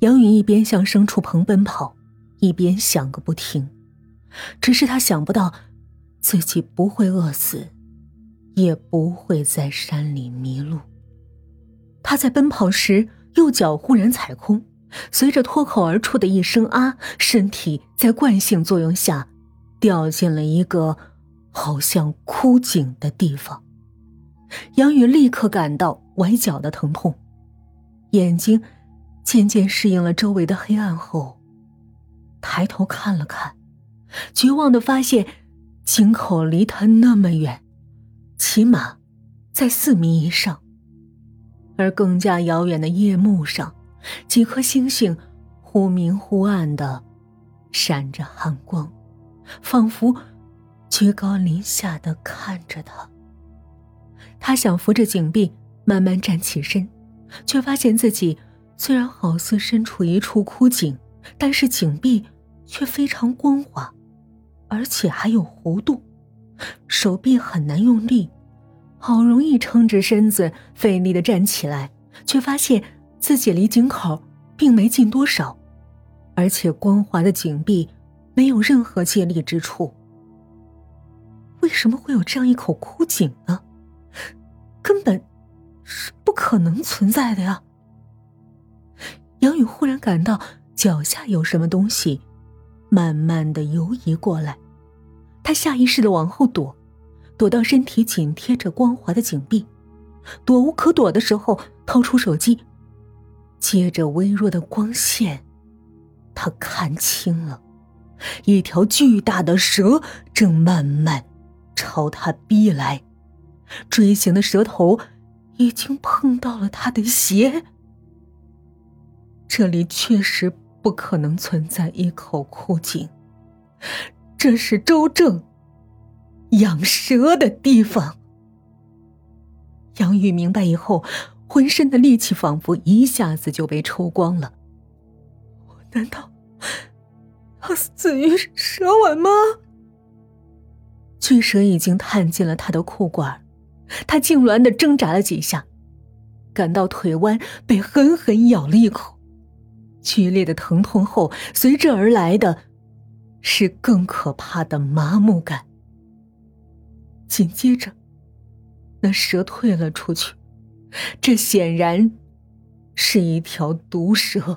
杨宇一边向牲畜棚奔跑，一边想个不停。只是他想不到自己不会饿死，也不会在山里迷路。他在奔跑时，右脚忽然踩空，随着脱口而出的一声啊，身体在惯性作用下掉进了一个好像枯井的地方。杨宇立刻感到崴脚的疼痛，眼睛渐渐适应了周围的黑暗后，抬头看了看，绝望地发现井口离他那么远，起码在4米以上。而更加遥远的夜幕上，几颗星星忽明忽暗地闪着寒光，仿佛居高临下地看着他。他想扶着井壁慢慢站起身，却发现自己虽然好似身处一处枯井，但是井壁却非常光滑，而且还有弧度，手臂很难用力，好容易撑直身子费力地站起来，却发现自己离井口并没近多少，而且光滑的井壁没有任何借力之处。为什么会有这样一口枯井呢？根本是不可能存在的呀。杨宇忽然感到脚下有什么东西慢慢地游移过来，他下意识地往后躲到身体紧贴着光滑的井壁，躲无可躲的时候掏出手机，接着微弱的光线，他看清了，一条巨大的蛇正慢慢朝他逼来，锥形的蛇头已经碰到了他的鞋。这里确实不可能存在一口枯井，这是周正养蛇的地方。杨宇明白以后，浑身的力气仿佛一下子就被抽光了。我难道要死于蛇丸吗？巨蛇已经探进了他的裤管，他痉挛地挣扎了几下，感到腿弯被狠狠咬了一口。剧烈的疼痛后，随之而来的是更可怕的麻木感。紧接着，那蛇退了出去，这显然是一条毒蛇。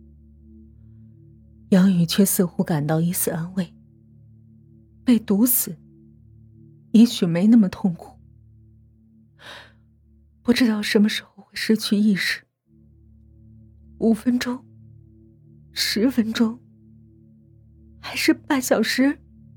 杨宇却似乎感到一丝安慰，被毒死也许没那么痛苦。不知道什么时候会失去意识，5分钟、10分钟，还是半小时？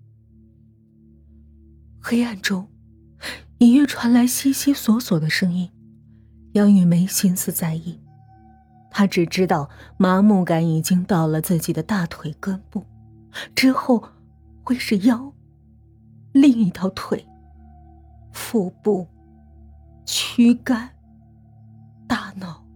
黑暗中隐约传来悉悉索索的声音，杨宇没心思在意，他只知道麻木感已经到了自己的大腿根部，之后会是腰、另一条腿、腹部、躯干、大脑。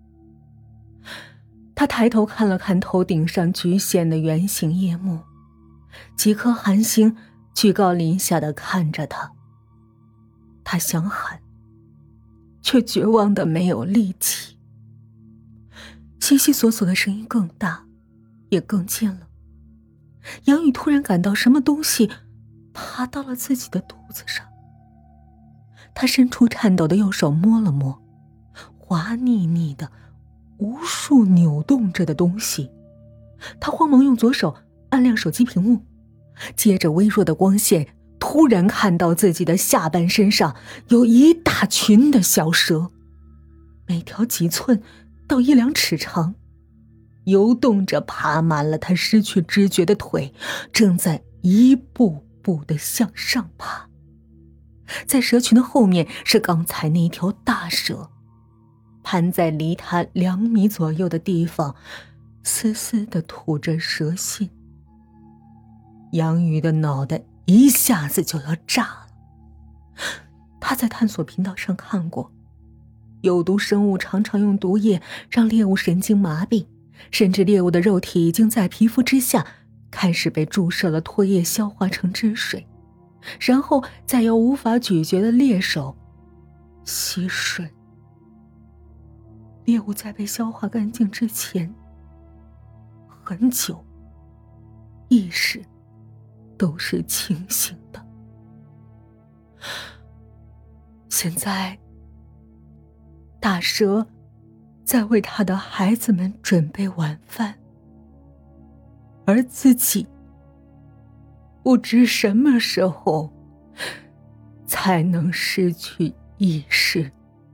他抬头看了看头顶上局限的圆形夜幕，几颗寒星居高临下地看着他。他想喊，却绝望得没有力气。悉悉索索的声音更大，也更近了。杨宇突然感到什么东西爬到了自己的肚子上，他伸出颤抖的右手摸了摸，滑腻腻的无数扭动着的东西。他慌忙用左手按亮手机屏幕，接着微弱的光线突然看到自己的下半身上有一大群的小蛇，每条几寸到1、2尺长，游动着爬满了他失去知觉的腿，正在一步步地向上爬。在蛇群的后面是刚才那条大蛇，盘在离他2米左右的地方，嘶嘶地吐着蛇信。杨宇的脑袋一下子就要炸了。他在探索频道上看过，有毒生物常常用毒液让猎物神经麻痹，甚至猎物的肉体已经在皮肤之下开始被注射了唾液消化成汁水，然后再由无法咀嚼的猎手吸吮。猎物在被消化干净之前， 很久，意识都是清醒的。现在大蛇在为他的孩子们准备晚饭，而自己不知什么时候才能失去意识。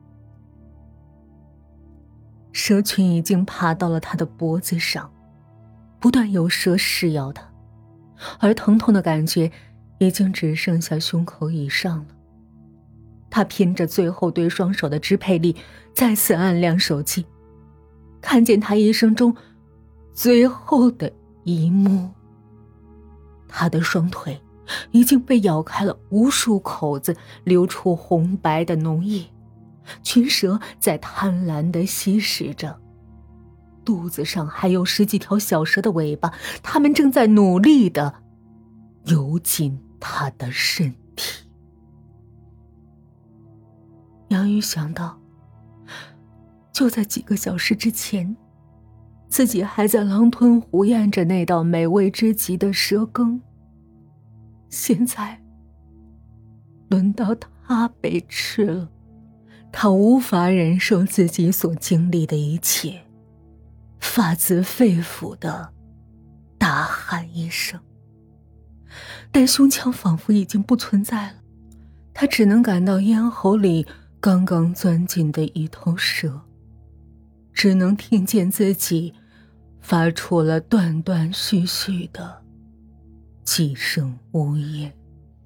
蛇群已经爬到了他的脖子上，不断有蛇噬咬他，而疼痛的感觉已经只剩下胸口以上了。他拼着最后对双手的支配力，再次按亮手机，看见他一生中最后的一幕。他的双腿已经被咬开了无数口子，流出红白的脓液，群蛇在贪婪地吸食着，肚子上还有10几条小蛇的尾巴，它们正在努力地游进他的身体。杨宇想到，就在几个小时之前，自己还在狼吞虎咽着那道美味之极的蛇羹，现在轮到他被吃了。他无法忍受自己所经历的一切，发自肺腑地大喊一声，但胸腔仿佛已经不存在了，他只能感到咽喉里刚刚钻进的一头蛇，只能听见自己发出了断断续续的几声呜咽。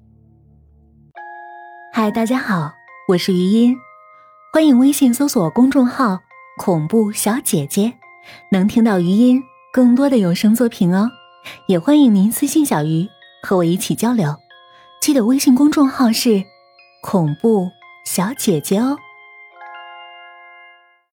嗨，大家好，我是余音，欢迎微信搜索公众号恐怖小姐姐，能听到余音更多的有声作品哦。也欢迎您私信小鱼和我一起交流，记得微信公众号是恐怖小姐姐哦。